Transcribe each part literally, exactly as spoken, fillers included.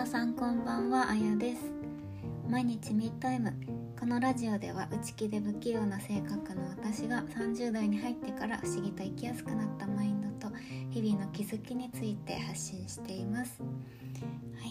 さんこんばんは、あやです。毎日ミータイム。このラジオでは内気で不器用な性格の私がさんじゅう代に入ってから不思議と生きやすくなったマインドと日々の気づきについて発信しています。はい、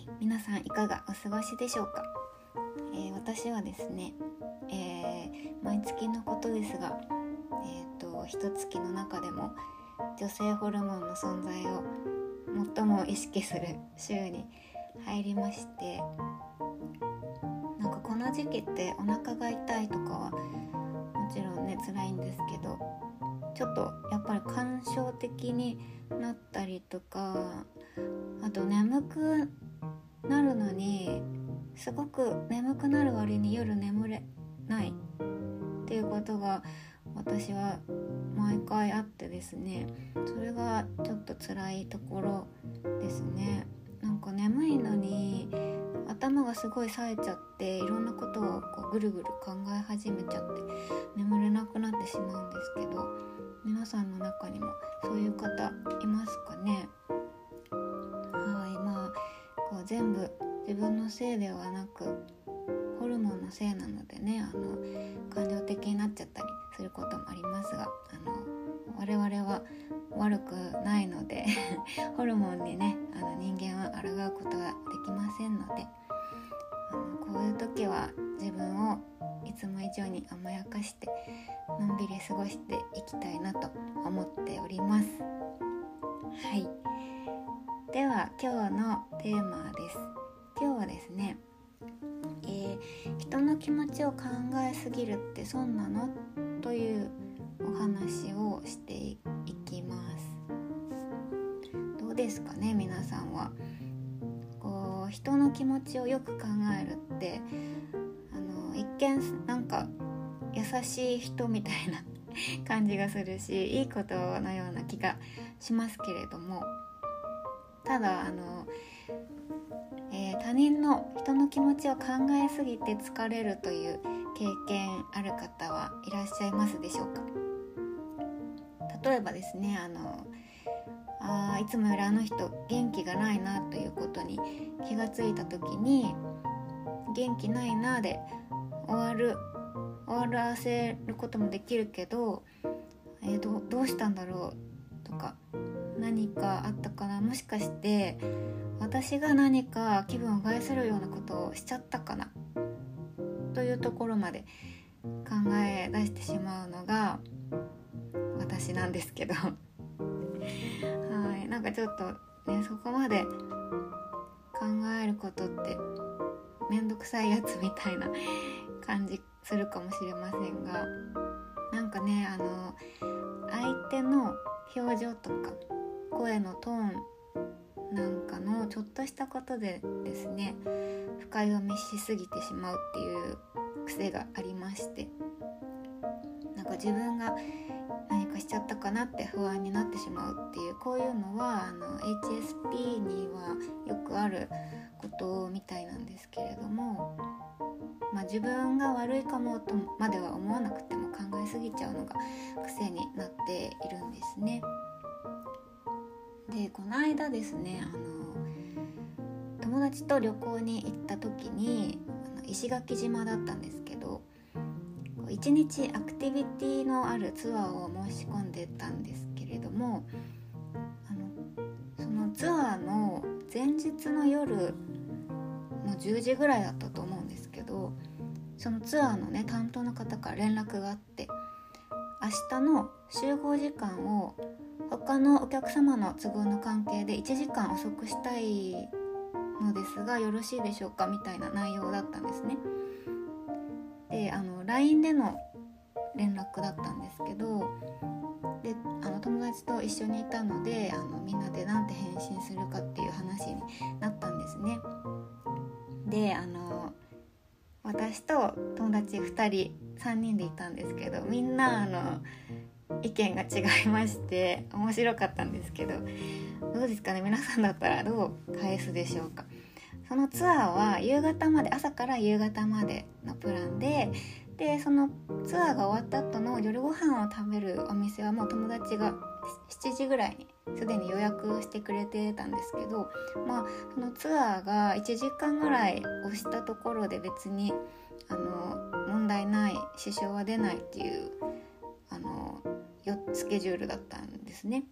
皆さんいかがお過ごしでしょうか。えー、私はですね、えー、毎月のことですが、えーと、一月の中でも女性ホルモンの存在を最も意識する週に入りまして、なんかこの時期ってお腹が痛いとかはもちろんね辛いんですけど、ちょっとやっぱり感傷的になったりとか、あと眠くなるのにすごく眠くなる割に夜眠れないっていうことが私は毎回あってですね、それがちょっと辛いところですね。なんか眠いのに頭がすごい冴えちゃって、いろんなことをこうぐるぐる考え始めちゃって眠れなくなってしまうんですけど、皆さんの中にもそういう方いますかね。はい、まあこう全部自分のせいではなくホルモンのせいなのでね、あの感情的になっちゃったりすることもありますが、あの我々は悪くないのでホルモンにね、あの人間は抗うことができませんので、あのこういう時は自分をいつも以上に甘やかしてのんびり過ごしていきたいなと思っております。はい、では今日のテーマです。今日はですね、えー、人の気持ちを考えすぎるって損なのというお話をしていきます。どうですかね、皆さんは。こう人の気持ちをよく考えるって、あの一見なんか優しい人みたいな感じがするし、いいことのような気がしますけれども、ただあのえー、他人の人の気持ちを考えすぎて疲れるという経験ある方はいらっしゃいますでしょうか。例えばですね、あのあいつもよりあの人元気がないなということに気がついた時に、元気ないなで終わる終わらせることもできるけど、えー、ど, どうしたんだろうとか、何かあったかな、もしかして私が何か気分を害するようなことをしちゃったかなというところまで考え出してしまうのが私なんですけどはい、なんかちょっとね、そこまで考えることってめんどくさいやつみたいな感じするかもしれませんが、なんかね、あの相手の表情とか声のトーンなんかのちょっとしたことでですね、深読みしすぎてしまうっていう癖がありまして、なんか自分が何かしちゃったかなって不安になってしまうっていう、こういうのはあの エイチエスピー にはよくあることみたいなんですけれども、まあ、自分が悪いかもとまでは思わなくても考えすぎちゃうのが癖になっているんですね。で、この間ですね、あの友達と旅行に行った時に、あの石垣島だったんですけど、いちにちアクティビティのあるツアーを申し込んでたんですけれども、あのそのツアーの前日の夜のじゅうじぐらいだったと思うんですけど、そのツアーのね担当の方から連絡があって、明日の集合時間を他のお客様の都合の関係でいちじかん遅くしたいのですがよろしいでしょうかみたいな内容だったんですね。で、あの ライン での連絡だったんですけど、であの友達と一緒にいたので、あのみんなでなんて返信するかっていう話になったんですね。で、あの私と友達ふたりさんにんでいたんですけど、みんなあの意見が違いまして面白かったんですけど、どうですかね、皆さんだったらどう返すでしょうか。そのツアーは夕方まで、朝から夕方までのプランで、 でそのツアーが終わった後の夜ご飯を食べるお店はもう友達がしちじぐらいにすでに予約してくれてたんですけど、まあそのツアーがいちじかんぐらい押したところで別にあの問題ない、支障は出ないっていうあのスケジュールだったんですね。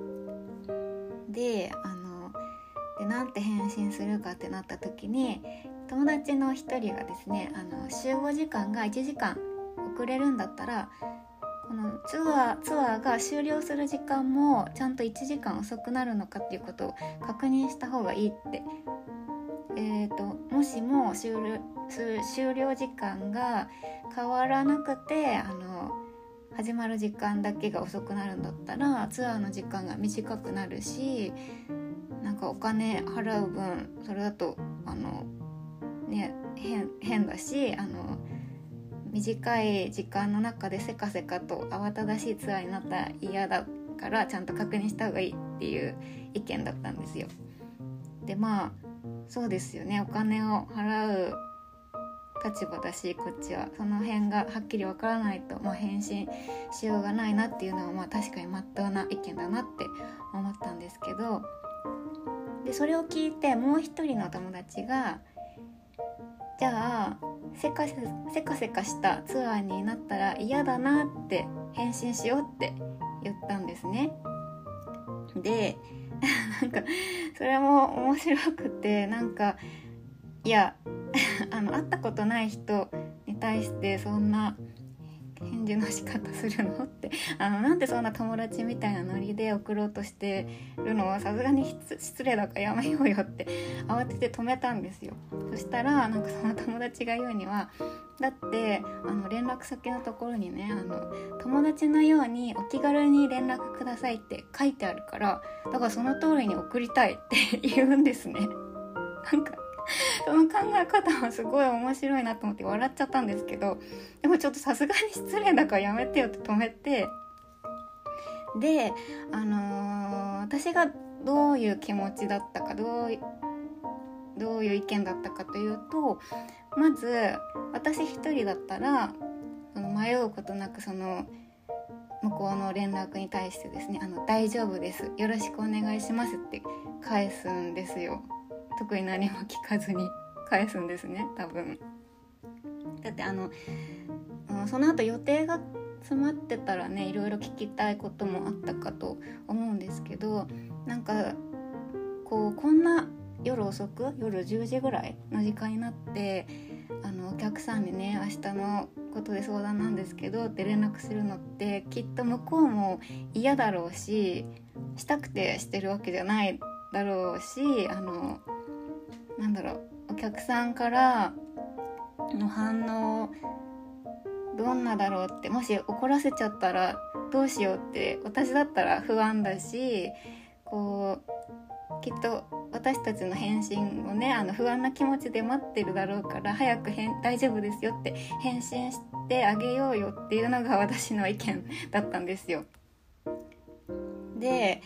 であのでなんて返信するかってなった時に、友達の一人がですね、あの集合時間がいちじかん遅れるんだったらこのツアー、ツアーが終了する時間もちゃんといちじかん遅くなるのかっていうことを確認した方がいいって、えーと、もしも終了、終了時間が変わらなくてあの始まる時間だけが遅くなるんだったらツアーの時間が短くなるし、なんかお金払う分それだとあの、ね、変、変だし、あの短い時間の中でせかせかと慌ただしいツアーになったら嫌だからちゃんと確認した方がいいっていう意見だったんですよ。でまあそうですよね、お金を払う立場だしこっちはその辺がはっきりわからないと、まあ、返信しようがないなっていうのは、まあ、確かに真っ当な意見だなって思ったんですけど、でそれを聞いてもう一人の友達がじゃあせかせ、せかせかしたツアーになったら嫌だなって返信しようって言ったんですね。でなんかそれも面白くて、なんかいやあの会ったことない人に対してそんな返事の仕方するのってあのなんでそんな友達みたいなノリで送ろうとしてるのはさすがに失礼だからやめようよって慌てて止めたんですよ。そしたらなんかその友達が言うには、だってあの連絡先のところにね、あの友達のようにお気軽に連絡くださいって書いてあるから、だからその通りに送りたいって言うんですね。なんかその考え方はすごい面白いなと思って笑っちゃったんですけど、でもちょっとさすがに失礼だからやめてよって止めて、で、あのー、私がどういう気持ちだったか、どうい、どういう意見だったかというと、まず私一人だったらその迷うことなくその向こうの連絡に対してですね、あの大丈夫です、よろしくお願いしますって返すんですよ。特に何も聞かずに返すんですね、多分。だってあのその後予定が詰まってたらね、いろいろ聞きたいこともあったかと思うんですけど、なんかこうこんな夜遅く夜じゅうじぐらいの時間になってあのお客さんにね、明日のことで相談なんですけどって連絡するのってきっと向こうも嫌だろうし、したくてしてるわけじゃないだろうし、あのなんだろう、お客さんからの反応どんなだろうって、もし怒らせちゃったらどうしようって私だったら不安だし、こうきっと私たちの返信をね、あの不安な気持ちで待ってるだろうから、早く返大丈夫ですよって返信してあげようよっていうのが私の意見だったんですよ。で、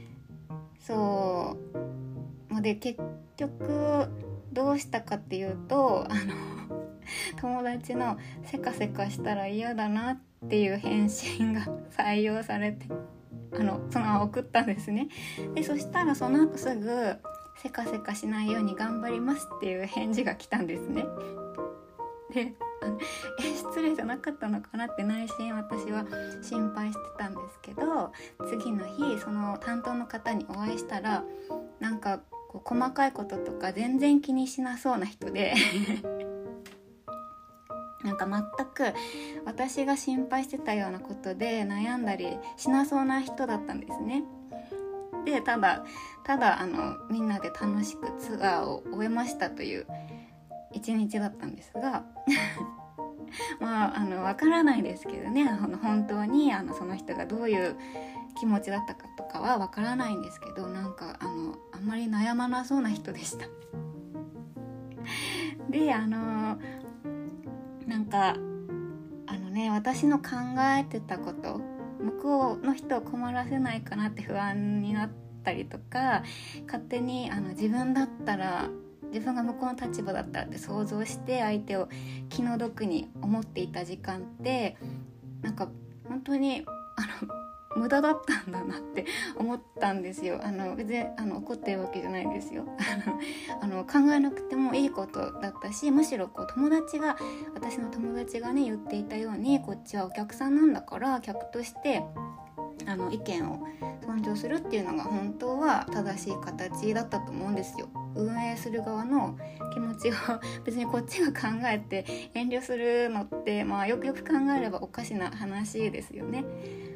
そうで結局どうしたかっていうと、あの友達のせかせかしたら嫌だなっていう返信が採用されて、あのそのまま送ったんですね。でそしたらその後すぐせかせかしないように頑張りますっていう返事が来たんですね。であのえ失礼じゃなかったのかなって内心私は心配してたんですけど、次の日その担当の方にお会いしたら、なんかこう細かいこととか全然気にしなそうな人でなんか全く私が心配してたようなことで悩んだりしなそうな人だったんですね。でただただあのみんなで楽しくツアーを終えましたという一日だったんですがまああのわからないですけどね、あの本当にあのその人がどういう気持ちだったかとかはわからないんですけど、なんかあのあんまり悩まなそうな人でしたであのなんかあのね、私の考えてたこと向こうの人を困らせないかなって不安になったりとか、勝手にあの自分だったら自分が向こうの立場だったらって想像して相手を気の毒に思っていた時間ってなんか本当にあの無駄だったんだなって思ったんですよ。あの別にあの怒ってるわけじゃないんですよ。あの考えなくてもいいことだったし、むしろこう友達が私の友達がね言っていたように、こっちはお客さんなんだから客としてあの意見を尊重するっていうのが本当は正しい形だったと思うんですよ。運営する側の気持ちを別にこっちが考えて遠慮するのって、まあ、よくよく考えればおかしな話ですよね。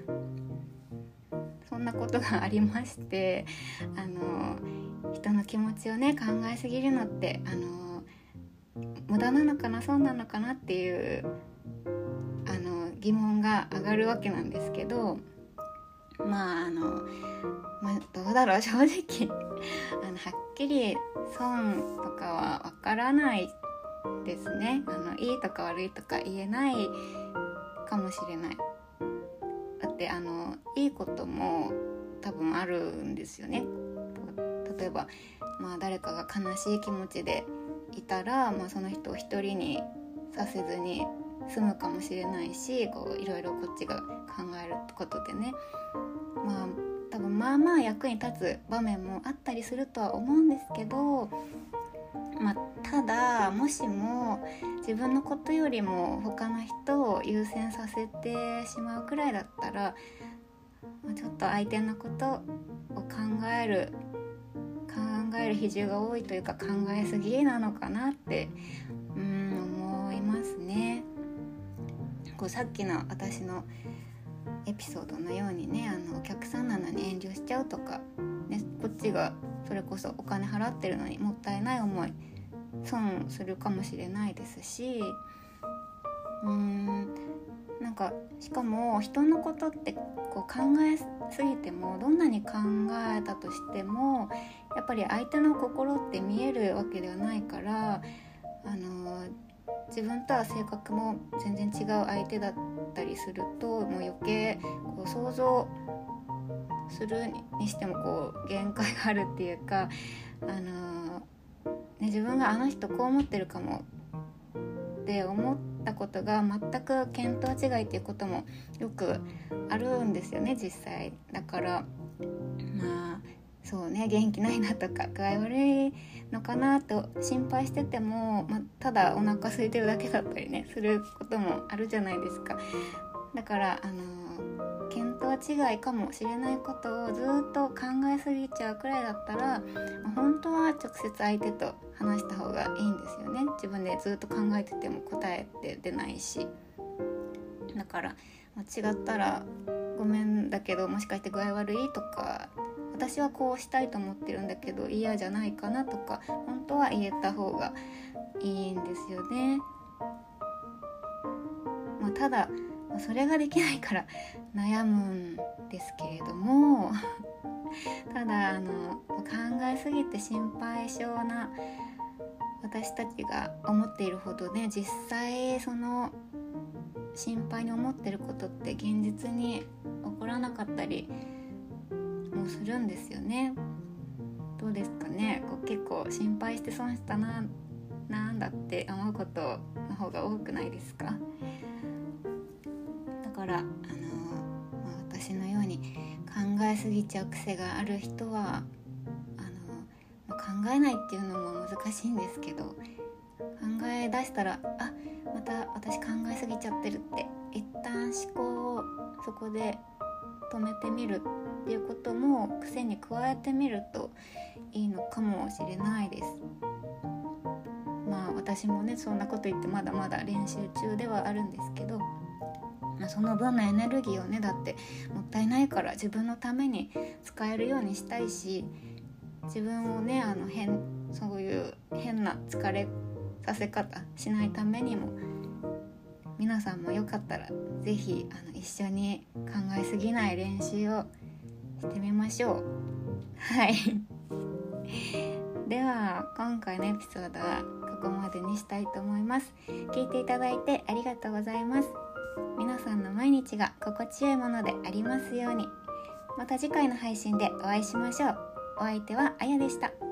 そんなことがありまして、あの人の気持ちをね考えすぎるのってあの無駄なのかな、そうなのかなっていうあの疑問が上がるわけなんですけど、まああの、まあ、どうだろう、正直あのはっきり損とかはわからないですね。あのいいとか悪いとか言えないかもしれない。だってあのいいことも多分あるんですよね。例えば、まあ、誰かが悲しい気持ちでいたら、まあ、その人を一人にさせずに済むかもしれないし、こういろいろこっちが考えることでね、まあ多分まあまあ役に立つ場面もあったりするとは思うんですけど、まあ、ただもしも自分のことよりも他の人を優先させてしまうくらいだったら、まあ、ちょっと相手のことを考える考える比重が多いというか、考えすぎなのかなってうん思いますね。こうさっきの私のエピソードのようにね、あのお客さんなのに遠慮しちゃうとか、ね、こっちがそれこそお金払ってるのにもったいない思い損するかもしれないですし、うーんなんかしかも人のことってこう考えすぎても、どんなに考えたとしてもやっぱり相手の心って見えるわけではないから、あの自分とは性格も全然違う相手だったりすると、もう余計こう想像するにしてもこう限界があるっていうか、あの、ね、自分があの人こう思ってるかもって思ったことが全く見当違いっていうこともよくあるんですよね、実際。だからまあそうね、元気ないなとか具合悪いのかなと心配してても、まあ、ただお腹空いてるだけだったりねすることもあるじゃないですか。だからあの見当違いかもしれないことをずっと考えすぎちゃうくらいだったら、本当は直接相手と話した方がいいんですよね。自分でずっと考えてても答えって出ないし。だから間違ったらごめんだけど、もしかして具合悪いとか、私はこうしたいと思ってるんだけど嫌じゃないかなとか、本当は言えた方がいいんですよね。まあ、ただそれができないから悩むんですけれどもただあの考えすぎて心配性な私たちが思っているほどね、実際その心配に思ってることって現実に起こらなかったりもするんですよね。どうですかね。こう結構心配して損したななんだって思うことの方が多くないですか。だからあの、まあ、私のように考えすぎちゃう癖がある人はあの、まあ、考えないっていうのも難しいんですけど、考え出したらあまた私考えすぎちゃってるって一旦思考をそこで止めてみるっていうことも癖に加えてみるといいのかもしれないです。まあ私もねそんなこと言ってまだまだ練習中ではあるんですけど、まあ、その分のエネルギーをねだってもったいないから自分のために使えるようにしたいし、自分をねあの変そういう変な疲れさせ方しないためにも、皆さんもよかったらぜひあの一緒に考えすぎない練習をしてみましょう。はいでは今回のエピソードはここまでにしたいと思います。聞いていただいてありがとうございます。皆さんの毎日が心地よいものでありますように。また次回の配信でお会いしましょう。お相手はあやでした。